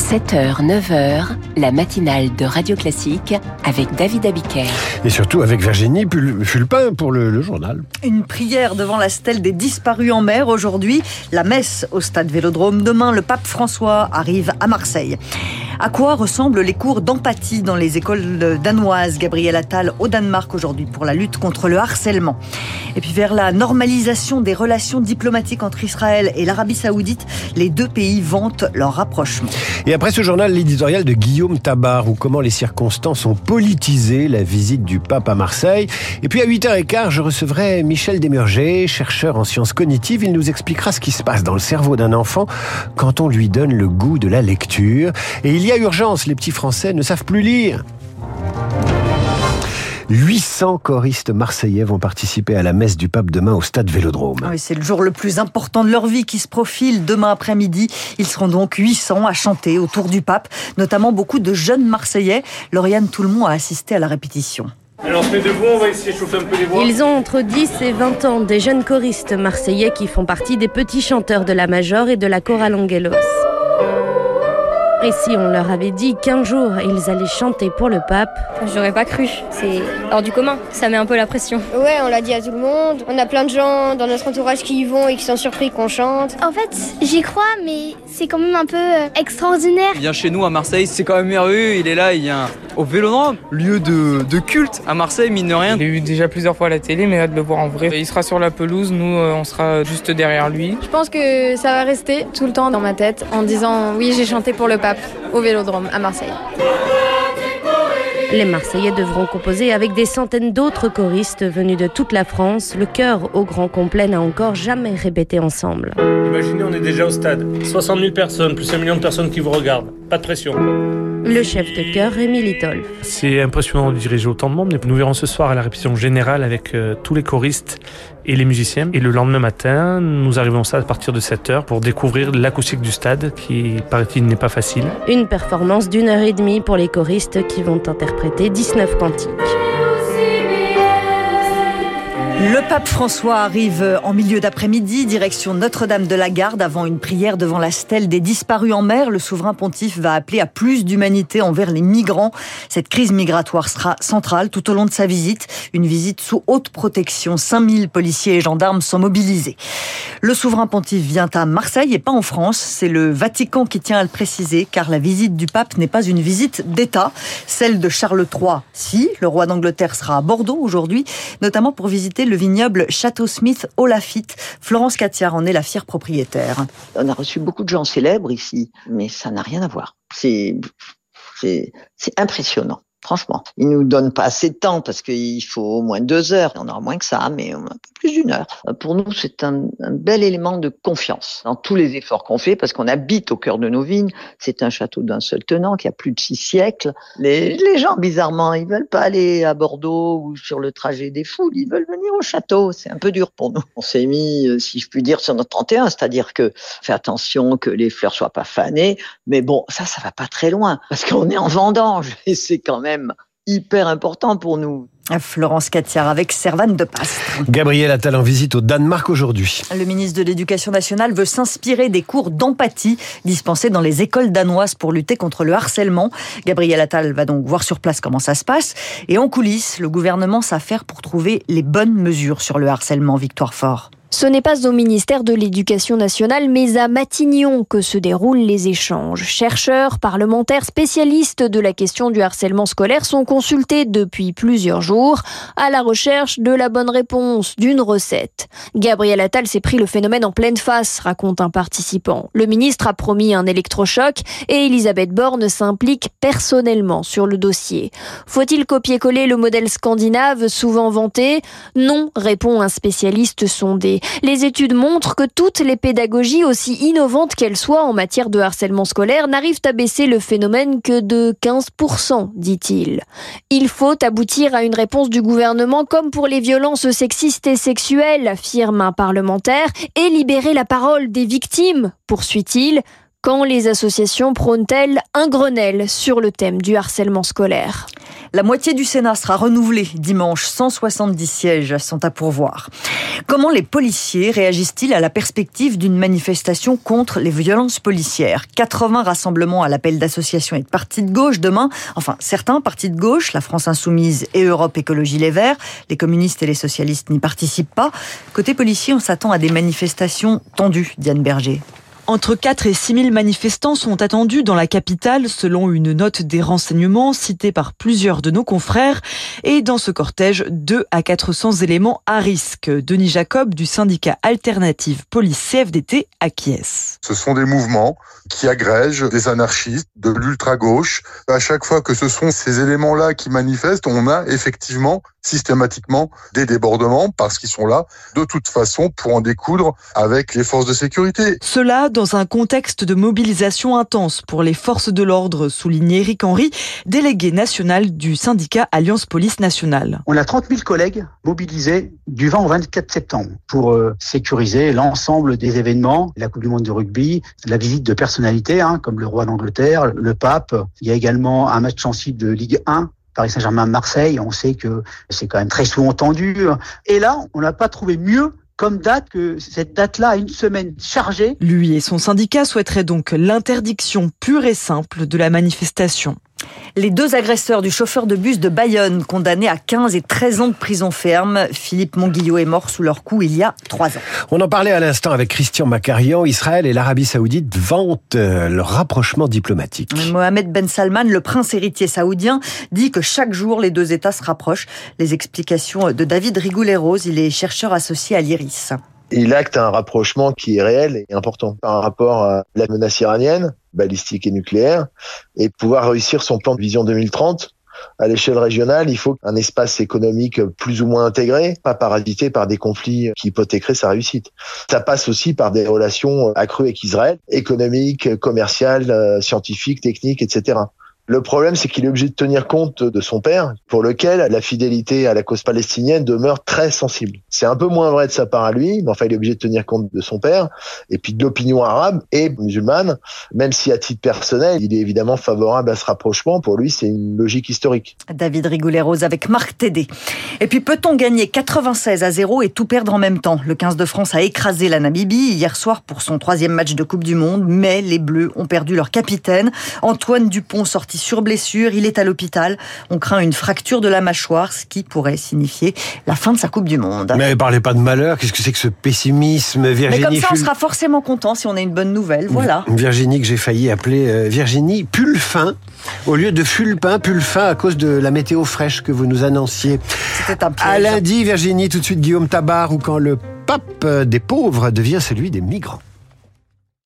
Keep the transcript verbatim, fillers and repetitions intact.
sept heures, neuf heures, la matinale de Radio Classique avec David Abiker. Et surtout avec Virginie Fulpin pour le, le journal. Une prière devant la stèle des disparus en mer aujourd'hui. La messe au stade Vélodrome. Demain, le pape François arrive à Marseille. À quoi ressemblent les cours d'empathie dans les écoles danoises? Gabriel Attal au Danemark aujourd'hui pour la lutte contre le harcèlement. Et puis vers la normalisation des relations diplomatiques entre Israël et l'Arabie Saoudite, les deux pays vantent leur rapprochement. Et après ce journal, l'éditorial de Guillaume Tabar, où comment les circonstances ont politisé la visite du pape à Marseille. Et puis à huit heures quinze, je recevrai Michel Desmurger, chercheur en sciences cognitives. Il nous expliquera ce qui se passe dans le cerveau d'un enfant quand on lui donne le goût de la lecture. Et il y a urgence, les petits Français ne savent plus lire. huit cents choristes marseillais vont participer à la messe du pape demain au stade Vélodrome. Oui, c'est le jour le plus important de leur vie qui se profile demain après-midi. Ils seront donc huit cents à chanter autour du pape, notamment beaucoup de jeunes Marseillais. Lauriane Toulmont a assisté à la répétition. Alors on se met debout, on va essayer de chauffer un peu les voix. Ils ont entre dix et vingt ans, des jeunes choristes marseillais qui font partie des petits chanteurs de la Major et de la Chorale Angelos. Et si on leur avait dit qu'un jour ils allaient chanter pour le pape, j'aurais pas cru. C'est hors du commun. Ça met un peu la pression. Ouais, on l'a dit à tout le monde. On a plein de gens dans notre entourage qui y vont et qui sont surpris qu'on chante. En fait, j'y crois, mais c'est quand même un peu extraordinaire. Il vient chez nous à Marseille, c'est quand même merveilleux. Il est là, il vient au Vélodrome, lieu de, de culte à Marseille, mine de rien. Il a eu déjà plusieurs fois à la télé, mais là de le voir en vrai. Il sera sur la pelouse, nous on sera juste derrière lui. Je pense que ça va rester tout le temps dans ma tête en disant oui, j'ai chanté pour le pape au Vélodrome à Marseille. Les Marseillais devront composer avec des centaines d'autres choristes venus de toute la France. Le chœur au grand complet n'a encore jamais répété ensemble. Imaginez, on est déjà au stade. soixante mille personnes, plus un million de personnes qui vous regardent. Pas de pression. Le chef de chœur, Rémi Litolf. C'est impressionnant de diriger autant de monde, mais nous verrons ce soir à la répétition générale avec euh, tous les choristes et les musiciens. Et le lendemain matin, nous arrivons au stade à partir de sept heures pour découvrir l'acoustique du stade qui, paraît-il, n'est pas facile. Une performance d'une heure et demie pour les choristes qui vont interpréter dix-neuf cantiques. Le pape François arrive en milieu d'après-midi, direction Notre-Dame de la Garde, avant une prière devant la stèle des disparus en mer. Le souverain pontife va appeler à plus d'humanité envers les migrants. Cette crise migratoire sera centrale tout au long de sa visite. Une visite sous haute protection. cinq mille policiers et gendarmes sont mobilisés. Le souverain pontife vient à Marseille et pas en France. C'est le Vatican qui tient à le préciser, car la visite du pape n'est pas une visite d'État. Celle de Charles trois, si. Le roi d'Angleterre sera à Bordeaux aujourd'hui, notamment pour visiter le vignoble Château Smith au Lafitte. Florence Catiard en est la fière propriétaire. On a reçu beaucoup de gens célèbres ici, mais ça n'a rien à voir. C'est, c'est, c'est impressionnant. Franchement, ils nous donnent pas assez de temps parce qu'il faut au moins deux heures. On aura moins que ça, mais un peu plus d'une heure. Pour nous, c'est un, un bel élément de confiance dans tous les efforts qu'on fait parce qu'on habite au cœur de nos vignes. C'est un château d'un seul tenant qui a plus de six siècles. Les, les gens, bizarrement, ils veulent pas aller à Bordeaux ou sur le trajet des foules. Ils veulent venir au château. C'est un peu dur pour nous. On s'est mis, si je puis dire, sur notre trente et un, c'est-à-dire que fait attention que les fleurs soient pas fanées. Mais bon, ça, ça va pas très loin parce qu'on est en vendange et c'est quand même hyper important pour nous. Florence Catiard avec Servane de Pastre. Gabriel Attal en visite au Danemark aujourd'hui. Le ministre de l'Éducation nationale veut s'inspirer des cours d'empathie dispensés dans les écoles danoises pour lutter contre le harcèlement. Gabriel Attal va donc voir sur place comment ça se passe. Et en coulisses, le gouvernement s'affaire pour trouver les bonnes mesures sur le harcèlement. Victoire Fort. Ce n'est pas au ministère de l'Éducation nationale, mais à Matignon que se déroulent les échanges. Chercheurs, parlementaires, spécialistes de la question du harcèlement scolaire sont consultés depuis plusieurs jours à la recherche de la bonne réponse, d'une recette. Gabriel Attal s'est pris le phénomène en pleine face, raconte un participant. Le ministre a promis un électrochoc et Elisabeth Borne s'implique personnellement sur le dossier. Faut-il copier-coller le modèle scandinave souvent vanté ? Non, répond un spécialiste sondé. Les études montrent que toutes les pédagogies, aussi innovantes qu'elles soient en matière de harcèlement scolaire, n'arrivent à baisser le phénomène que de quinze pour cent, dit-il. Il faut aboutir à une réponse du gouvernement comme pour les violences sexistes et sexuelles, affirme un parlementaire, et libérer la parole des victimes, poursuit-il. Quand les associations prônent-elles un Grenelle sur le thème du harcèlement scolaire ? La moitié du Sénat sera renouvelée dimanche. cent soixante-dix sièges sont à pourvoir. Comment les policiers réagissent-ils à la perspective d'une manifestation contre les violences policières ? quatre-vingts rassemblements à l'appel d'associations et de partis de gauche demain. Enfin, certains partis de gauche, la France Insoumise et Europe Écologie Les Verts. Les communistes et les socialistes n'y participent pas. Côté policier, on s'attend à des manifestations tendues, Diane Berger. Entre quatre et six mille manifestants sont attendus dans la capitale, selon une note des renseignements citée par plusieurs de nos confrères. Et dans ce cortège, deux à quatre cents éléments à risque. Denis Jacob, du syndicat Alternative Police C F D T, acquiesce. Ce sont des mouvements qui agrègent des anarchistes, de l'ultra-gauche. À chaque fois que ce sont ces éléments-là qui manifestent, on a effectivement systématiquement des débordements parce qu'ils sont là de toute façon pour en découdre avec les forces de sécurité. Cela dans un contexte de mobilisation intense pour les forces de l'ordre, souligne Éric Henry, délégué national du syndicat Alliance Police Nationale. On a trente mille collègues mobilisés du vingt au vingt-quatre septembre pour euh, sécuriser l'ensemble des événements, la Coupe du Monde de rugby, la visite de personnalités hein, comme le roi d'Angleterre, le pape. Il y a également un match sensible de Ligue un. Paris Saint-Germain-Marseille, on sait que c'est quand même très souvent tendu. Et là, on n'a pas trouvé mieux comme date que cette date-là a une semaine chargée. Lui et son syndicat souhaiteraient donc l'interdiction pure et simple de la manifestation. Les deux agresseurs du chauffeur de bus de Bayonne, condamnés à quinze et treize ans de prison ferme. Philippe Monguillot est mort sous leur coup il y a trois ans. On en parlait à l'instant avec Christian Macarian. Israël et l'Arabie Saoudite vantent leur rapprochement diplomatique. Mohamed Ben Salman, le prince héritier saoudien, dit que chaque jour les deux États se rapprochent. Les explications de David Rigoulet-Rose, il est chercheur associé à l'I R I S. Il acte un rapprochement qui est réel et important par rapport à la menace iranienne, balistique et nucléaire, et pouvoir réussir son plan de vision deux mille trente. À l'échelle régionale, il faut un espace économique plus ou moins intégré, pas parasité par des conflits qui hypothéqueraient sa réussite. Ça passe aussi par des relations accrues avec Israël, économiques, commerciales, scientifiques, techniques, et cetera. Le problème, c'est qu'il est obligé de tenir compte de son père, pour lequel la fidélité à la cause palestinienne demeure très sensible. C'est un peu moins vrai de sa part à lui, mais enfin, il est obligé de tenir compte de son père, et puis de l'opinion arabe et musulmane, même si à titre personnel, il est évidemment favorable à ce rapprochement. Pour lui, c'est une logique historique. David Rigoulet-Rose avec Marc Tédé. Et puis, peut-on gagner quatre-vingt-seize à zéro et tout perdre en même temps ? Le quinze de France a écrasé la Namibie hier soir pour son troisième match de Coupe du Monde, mais les Bleus ont perdu leur capitaine. Antoine Dupont sorti sur blessure, il est à l'hôpital. On craint une fracture de la mâchoire, ce qui pourrait signifier la fin de sa Coupe du Monde. Mais parlez pas de malheur, qu'est-ce que c'est que ce pessimisme, Virginie? Mais comme ça, on sera forcément content si on a une bonne nouvelle, voilà. Virginie, que j'ai failli appeler euh, Virginie Pulfin, au lieu de Fulpin, Pulfin, à cause de la météo fraîche que vous nous annonciez. C'était un piège. À lundi, Virginie, tout de suite Guillaume Tabar, ou quand le pape des pauvres devient celui des migrants.